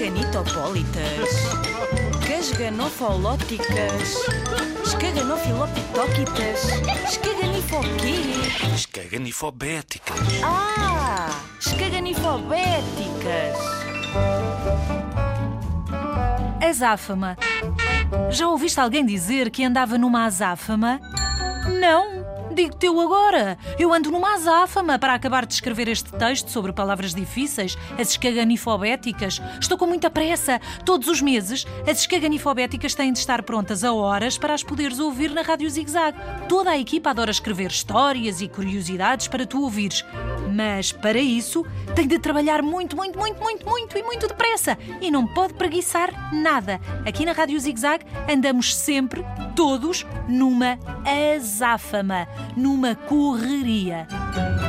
escaganitopólitas, casganofolóticas, escaganofiloptóquitas, escaganifoquê? Escaganifobéticas. Escaganifobéticas. Azáfama. Já ouviste alguém dizer que andava numa azáfama? Não! Digo-te eu agora. Eu ando numa azáfama para acabar de escrever este texto sobre palavras difíceis, as escaganifobéticas. Estou com muita pressa. Todos os meses, as escaganifobéticas têm de estar prontas a horas para as poderes ouvir na Rádio Zig-Zag. Toda a equipa adora escrever histórias e curiosidades para tu ouvires. Mas, para isso, tem de trabalhar muito e muito depressa. E não pode preguiçar nada. Aqui na Rádio Zig-Zag andamos sempre, todos, numa azáfama, numa correria.